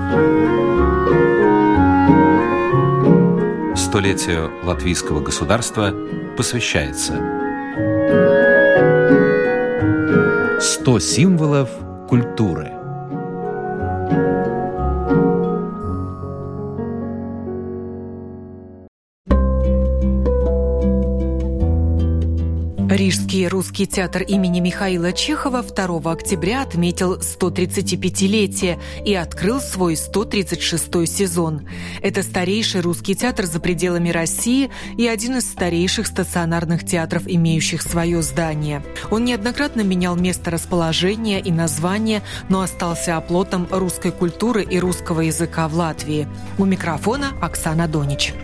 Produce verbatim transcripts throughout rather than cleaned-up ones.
Столетию латвийского государства посвящается сто символов культуры. Рижский русский театр имени Михаила Чехова второго октября отметил сто тридцатипятилетие и открыл свой сто тридцать шестой сезон. Это старейший русский театр за пределами России и один из старейших стационарных театров, имеющих свое здание. Он неоднократно менял место расположения и название, но остался оплотом русской культуры и русского языка в Латвии. У микрофона Оксана Донич.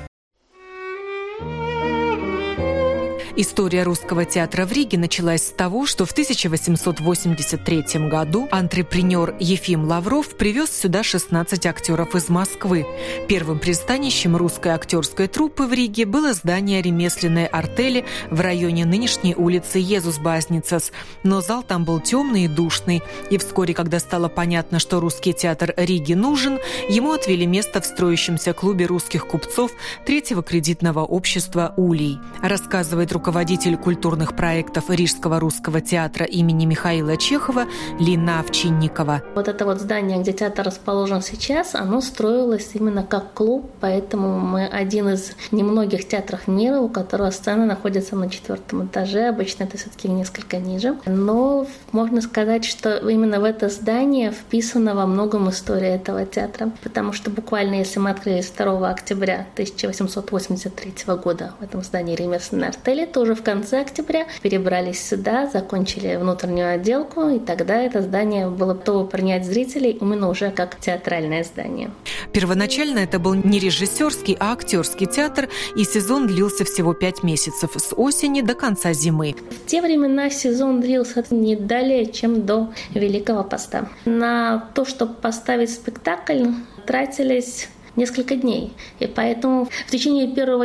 История русского театра в Риге началась с того, что в тысяча восемьсот восемьдесят третьем году антрепренер Ефим Лавров привез сюда шестнадцать актеров из Москвы. Первым пристанищем русской актерской труппы в Риге было здание ремесленной артели в районе нынешней улицы Езус-Базницас. Но зал там был темный и душный, и вскоре, когда стало понятно, что русский театр Риге нужен, ему отвели место в строящемся клубе русских купцов Третьего кредитного общества «Улей», рассказывает руководитель руководитель культурных проектов Рижского русского театра имени Михаила Чехова Лина Овчинникова. Вот это вот здание, где театр расположен сейчас, оно строилось именно как клуб, поэтому мы один из немногих театров мира, у которого сцена находится на четвертом этаже, обычно это все-таки несколько ниже. Но можно сказать, что именно в это здание вписана во многом история этого театра, потому что буквально если мы открылись второго октября тысяча восемьсот восемьдесят третьего года в этом здании ремесленной артели, то уже в конце октября перебрались сюда, закончили внутреннюю отделку, и тогда это здание было готово принять зрителей именно уже как театральное здание. Первоначально это был не режиссерский, а актерский театр, и сезон длился всего пять месяцев, с осени до конца зимы. В те времена сезон длился не далее, чем до Великого Поста. На то, чтобы поставить спектакль, тратились несколько дней. И поэтому в течение первого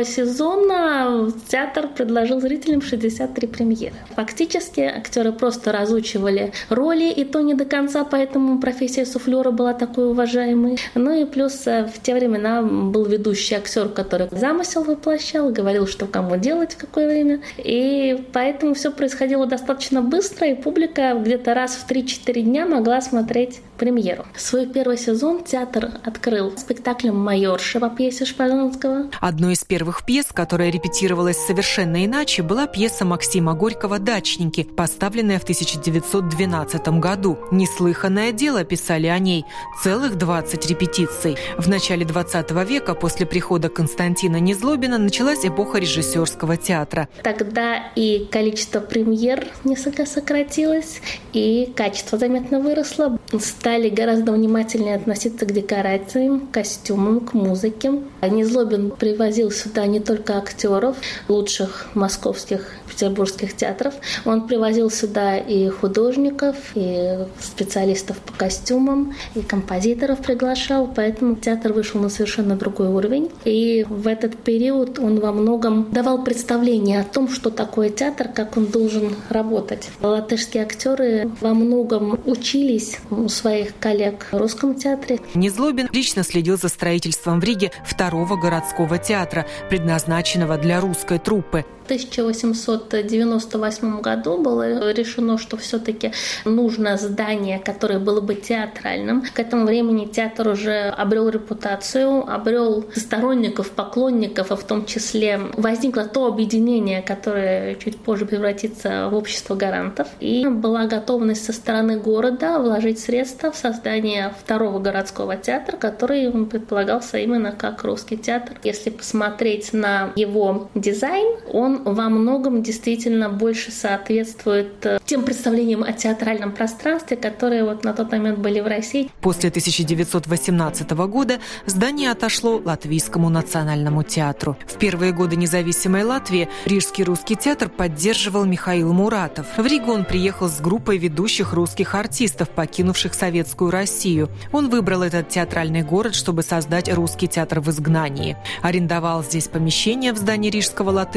сезона театр предложил зрителям шестьдесят три премьеры. Фактически актеры просто разучивали роли, и то не до конца, поэтому профессия суфлера была такой уважаемой. Ну и плюс в те времена был ведущий актер, который замысел воплощал, говорил, что кому делать, в какое время. И поэтому все происходило достаточно быстро, и публика где-то раз в три-четыре дня могла смотреть премьеру. Свой первый сезон театр открыл спектаклем «Майорша» по пьесе Шпаланского. Одной из первых пьес, которая репетировалась совершенно иначе, была пьеса Максима Горького «Дачники», поставленная в тысяча девятьсот двенадцатом году. Неслыханное дело, писали о ней. Целых двадцать репетиций. В начале двадцатого века, после прихода Константина Незлобина, началась эпоха режиссерского театра. Тогда и количество премьер несколько сократилось, и качество заметно выросло. Стали гораздо внимательнее относиться к декорациям, к костюмам, к музыке. Незлобин привозил сюда не только актеров лучших московских, петербургских театров, он привозил сюда и художников, и специалистов по костюмам, и композиторов приглашал, поэтому театр вышел на совершенно другой уровень. И в этот период он во многом давал представление о том, что такое театр, как он должен работать. Латышские актеры во многом учились у своих коллег в русском театре. Незлобин лично следил за строительством в Риге второго городского театра, предназначенного для русской труппы. В тысяча восемьсот девяносто восьмом году было решено, что все-таки нужно здание, которое было бы театральным. К этому времени театр уже обрел репутацию, обрел сторонников, поклонников, а в том числе возникло то объединение, которое чуть позже превратится в общество гарантов. И была готовность со стороны города вложить средства в создание второго городского театра, который предполагался именно как русский театр. Если посмотреть на его дизайн, он во многом действительно больше соответствует тем представлениям о театральном пространстве, которые вот на тот момент были в России. После тысяча девятьсот восемнадцатого года здание отошло Латвийскому национальному театру. В первые годы независимой Латвии Рижский русский театр поддерживал Михаил Муратов. В Ригу он приехал с группой ведущих русских артистов, покинувших советскую Россию. Он выбрал этот театральный город, чтобы создать русский театр в изгнании. Арендовал здесь помещение в здании Рижского латышского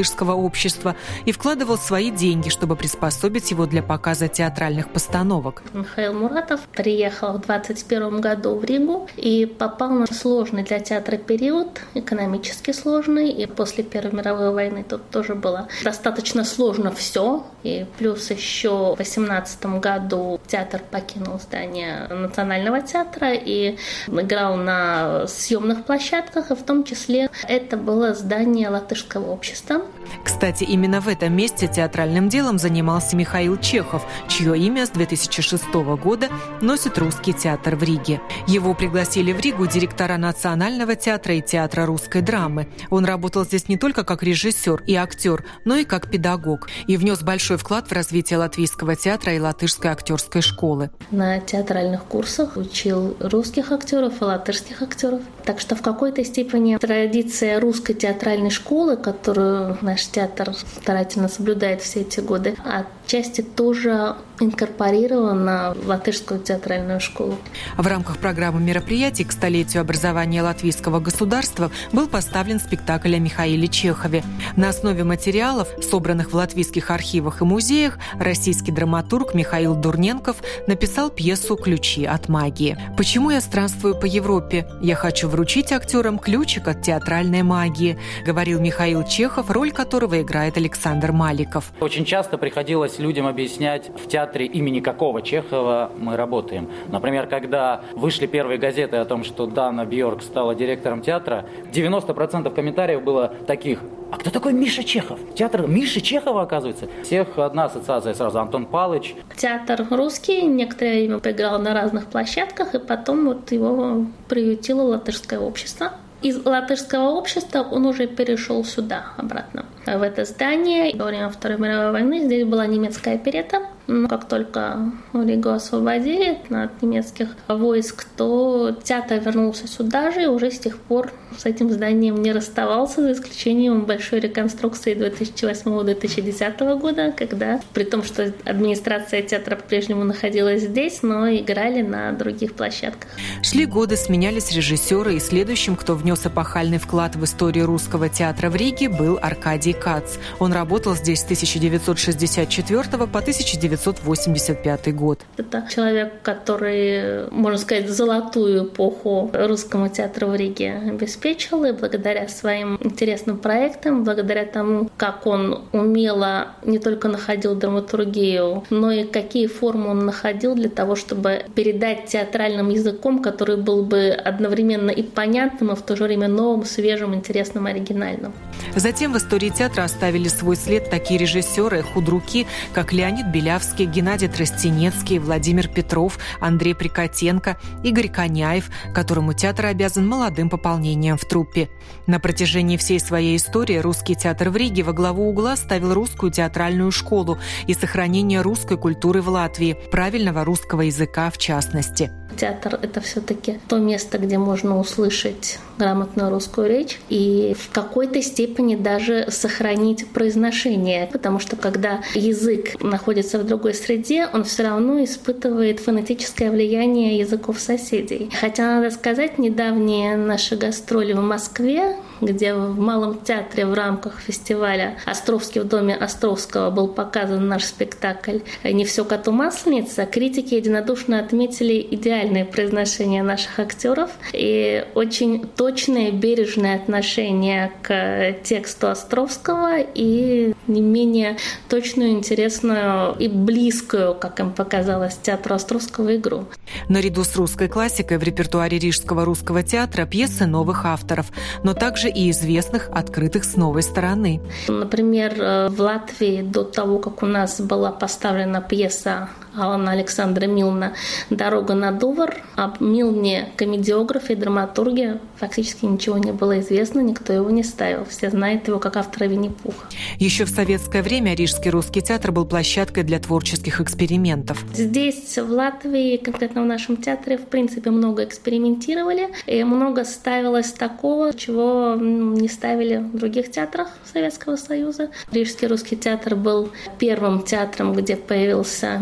общества и вкладывал свои деньги, чтобы приспособить его для показа театральных постановок. Михаил Муратов приехал в двадцать первом году в Ригу и попал на сложный для театра период, экономически сложный, и после Первой мировой войны тут тоже было достаточно сложно все, и плюс еще в восемнадцатом году театр покинул здание Национального театра и играл на съемных площадках, и в том числе это было здание Латышского общества. Кстати, именно в этом месте театральным делом занимался Михаил Чехов, чье имя с две тысячи шестого года носит Русский театр в Риге. Его пригласили в Ригу директора Национального театра и театра русской драмы. Он работал здесь не только как режиссер и актер, но и как педагог, и внес большой вклад в развитие латвийского театра и латышской актерской школы. На театральных курсах учил русских актеров и латышских актеров. Так что в какой-то степени традиция русской театральной школы, которую наш театр старательно соблюдает все эти годы, отчасти тоже инкорпорирована в латышскую театральную школу. В рамках программы мероприятий к столетию образования латвийского государства был поставлен спектакль о Михаиле Чехове. На основе материалов, собранных в латвийских архивах и музеях, российский драматург Михаил Дурненков написал пьесу «Ключи от магии». «Почему я странствую по Европе? Я хочу вручить актерам ключик от театральной магии», говорил Михаил Чехов, роль которого играет Александр Маликов. Очень часто приходилось людям объяснять, в театре имени какого Чехова мы работаем. Например, когда вышли первые газеты о том, что Дана Бьорк стала директором театра, девяносто процентов комментариев было таких: «А кто такой Миша Чехов? Театр Миши Чехова, оказывается?» Всех одна ассоциация сразу: Антон Палыч. Театр русский некоторое время поиграл на разных площадках, и потом вот его приютило Латышское общество. Из Латышского общества он уже перешел сюда, обратно, в это здание. Во время Второй мировой войны здесь была немецкая оперетта. Но как только Ригу освободили от немецких войск, то театр вернулся сюда же и уже с тех пор с этим зданием не расставался, за исключением большой реконструкции две тысячи восьмого - две тысячи десятого года, когда, при том, что администрация театра по-прежнему находилась здесь, но играли на других площадках. Шли годы, сменялись режиссеры, и следующим, кто внес эпохальный вклад в историю русского театра в Риге, был Аркадий Кац. Он работал здесь с тысяча девятьсот шестьдесят четвёртого по тысяча девятьсот восемьдесят пятый год. Это человек, который, можно сказать, золотую эпоху русскому театру в Риге обеспечил, и благодаря своим интересным проектам, благодаря тому, как он умело не только находил драматургию, но и какие формы он находил для того, чтобы передать театральным языком, который был бы одновременно и понятным, и в то же время новым, свежим, интересным, оригинальным. Затем в истории театра оставили свой след такие режиссеры, худруки, как Леонид Белявский, Геннадий Тростенецкий, Владимир Петров, Андрей Прикотенко, Игорь Коняев, которому театр обязан молодым пополнением в труппе. На протяжении всей своей истории русский театр в Риге во главу угла ставил русскую театральную школу и сохранение русской культуры в Латвии, правильного русского языка в частности. Театр — это все-таки то место, где можно услышать грамотную русскую речь и в какой-то степени даже сохранить произношение, потому что когда язык находится в другой среде, он все равно испытывает фонетическое влияние языков соседей. Хотя, надо сказать, недавние наши гастроли в Москве, где в Малом театре в рамках фестиваля «Островский в доме Островского» был показан наш спектакль «Не все коту масленица», критики единодушно отметили идеальное произношение наших актеров и очень точное, бережное отношение к тексту Островского и не менее точную, интересную и близкую, как им показалось, театру Островского игру. Наряду с русской классикой в репертуаре Рижского русского театра пьесы новых авторов, но также и известных, открытых с новой стороны. Например, в Латвии до того, как у нас была поставлена пьеса Алана Александра Милна «Дорога на Дувр», об Милне, комедиографе и драматурге фактически ничего не было известно, никто его не ставил. Все знают его как автора Винни-Пуха. Еще в советское время Рижский русский театр был площадкой для творческих экспериментов. Здесь, в Латвии, конкретно в нашем театре, в принципе, много экспериментировали, и много ставилось такого, чего не ставили в других театрах Советского Союза. Рижский русский театр был первым театром, где появился мюзикл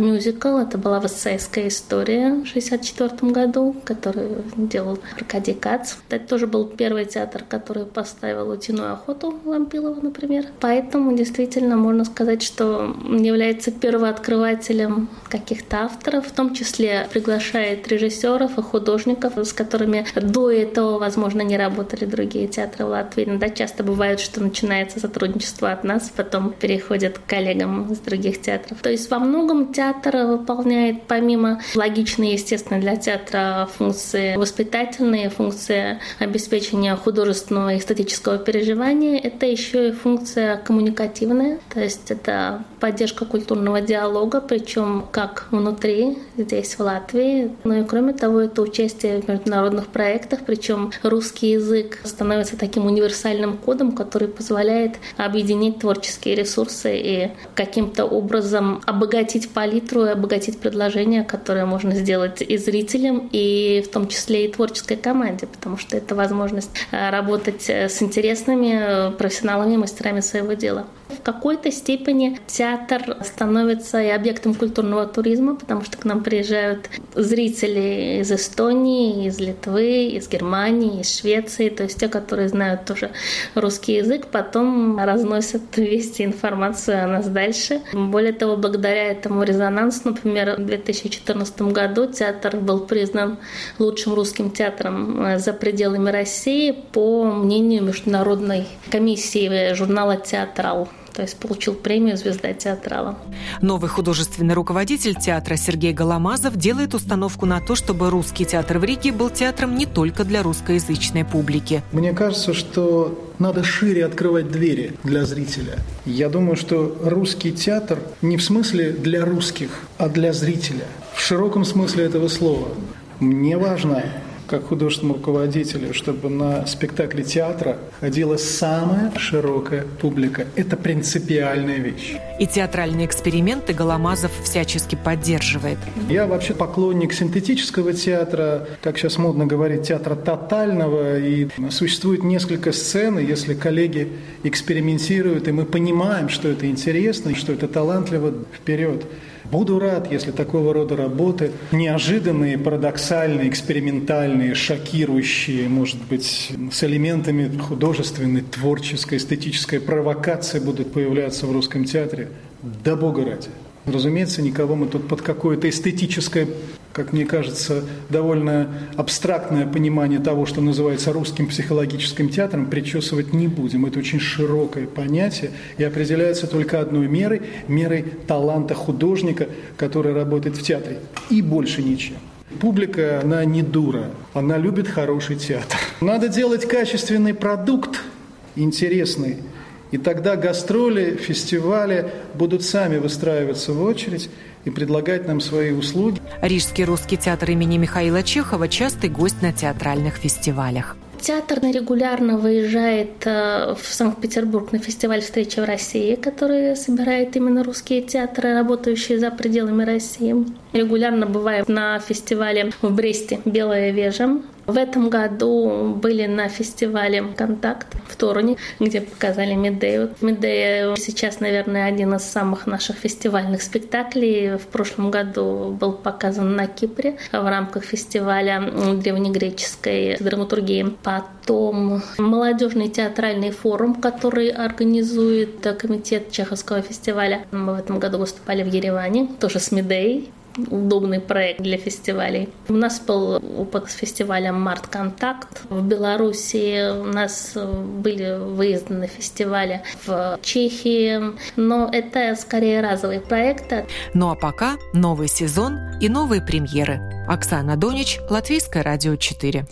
мюзикл. Это была «Вассайская история» в шестьдесят четвёртом году, которую делал Аркадий Кац. Это тоже был первый театр, который поставил «Утиную охоту» Лампилова, например. Поэтому действительно можно сказать, что является первооткрывателем каких-то авторов, в том числе приглашает режиссеров и художников, с которыми до этого, возможно, не работали другие театры в Латвии. Иногда часто бывает, что начинается сотрудничество от нас, потом переходит к коллегам из других театров. То есть во многом театр выполняет, помимо логичной, естественно, для театра функции воспитательные, функции обеспечения художественного и эстетического переживания, это еще и функция коммуникативная, то есть это поддержка культурного диалога, причем как внутри, здесь в Латвии, но и кроме того, это участие в международных проектах, причем русский язык становится таким универсальным кодом, который позволяет объединить творческие ресурсы и каким-то образом обогатить палитру и обогатить предложения, которые можно сделать и зрителям, и в том числе и творческой команде, потому что это возможность работать с интересными профессионалами, мастерами своего дела. В какой-то степени театр становится и объектом культурного туризма, потому что к нам приезжают зрители из Эстонии, из Литвы, из Германии, из Швеции, то есть те, которые знают тоже русский язык, потом разносят вести информацию о нас дальше. Более того, благодаря этому резонансу, например, в две тысячи четырнадцатом году театр был признан лучшим русским театром за пределами России по мнению международной комиссии журнала «Театрал». То есть получил премию «Звезда театрала». Новый художественный руководитель театра Сергей Голомазов делает установку на то, чтобы русский театр в Риге был театром не только для русскоязычной публики. Мне кажется, что надо шире открывать двери для зрителя. Я думаю, что русский театр не в смысле для русских, а для зрителя. В широком смысле этого слова. Мне важно, как художественному руководителю, чтобы на спектакле театра ходила самая широкая публика. Это принципиальная вещь. И театральные эксперименты Голомазов всячески поддерживает. Я вообще поклонник синтетического театра, как сейчас модно говорить, театра тотального. И существует несколько сцен, и если коллеги экспериментируют, и мы понимаем, что это интересно, что это талантливо, вперед. Буду рад, если такого рода работы, неожиданные, парадоксальные, экспериментальные, шокирующие, может быть, с элементами художественной, творческой, эстетической провокации будут появляться в русском театре. Да Бога ради. Разумеется, никого мы тут под какое-то эстетическое, как мне кажется, довольно абстрактное понимание того, что называется русским психологическим театром, причесывать не будем. Это очень широкое понятие и определяется только одной мерой, мерой таланта художника, который работает в театре, и больше ничем. Публика, она не дура, она любит хороший театр. Надо делать качественный продукт, интересный, и тогда гастроли, фестивали будут сами выстраиваться в очередь и предлагать нам свои услуги. Рижский русский театр имени Михаила Чехова – частый гость на театральных фестивалях. Театр регулярно выезжает в Санкт-Петербург на фестиваль «Встреча в России», который собирает именно русские театры, работающие за пределами России. Регулярно бываем на фестивале в Бресте «Белая вежа». В этом году были на фестивале «Контакт» в Торуне, где показали «Медею». «Медея» сейчас, наверное, один из самых наших фестивальных спектаклей. В прошлом году был показан на Кипре в рамках фестиваля древнегреческой драматургии. Потом молодежный театральный форум, который организует комитет Чеховского фестиваля. Мы в этом году выступали в Ереване, тоже с «Медеей». Удобный проект для фестивалей. У нас был опыт с фестивалем «Март Контакт». В Беларуси у нас были выезды на фестивале в Чехии, но это скорее разовые проекты. Ну а пока новый сезон и новые премьеры. Оксана Донич, Латвийское радио четыре.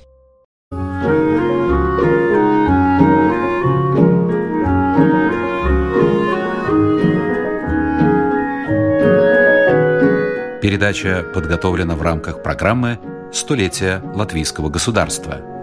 Передача подготовлена в рамках программы «Столетие латвийского государства».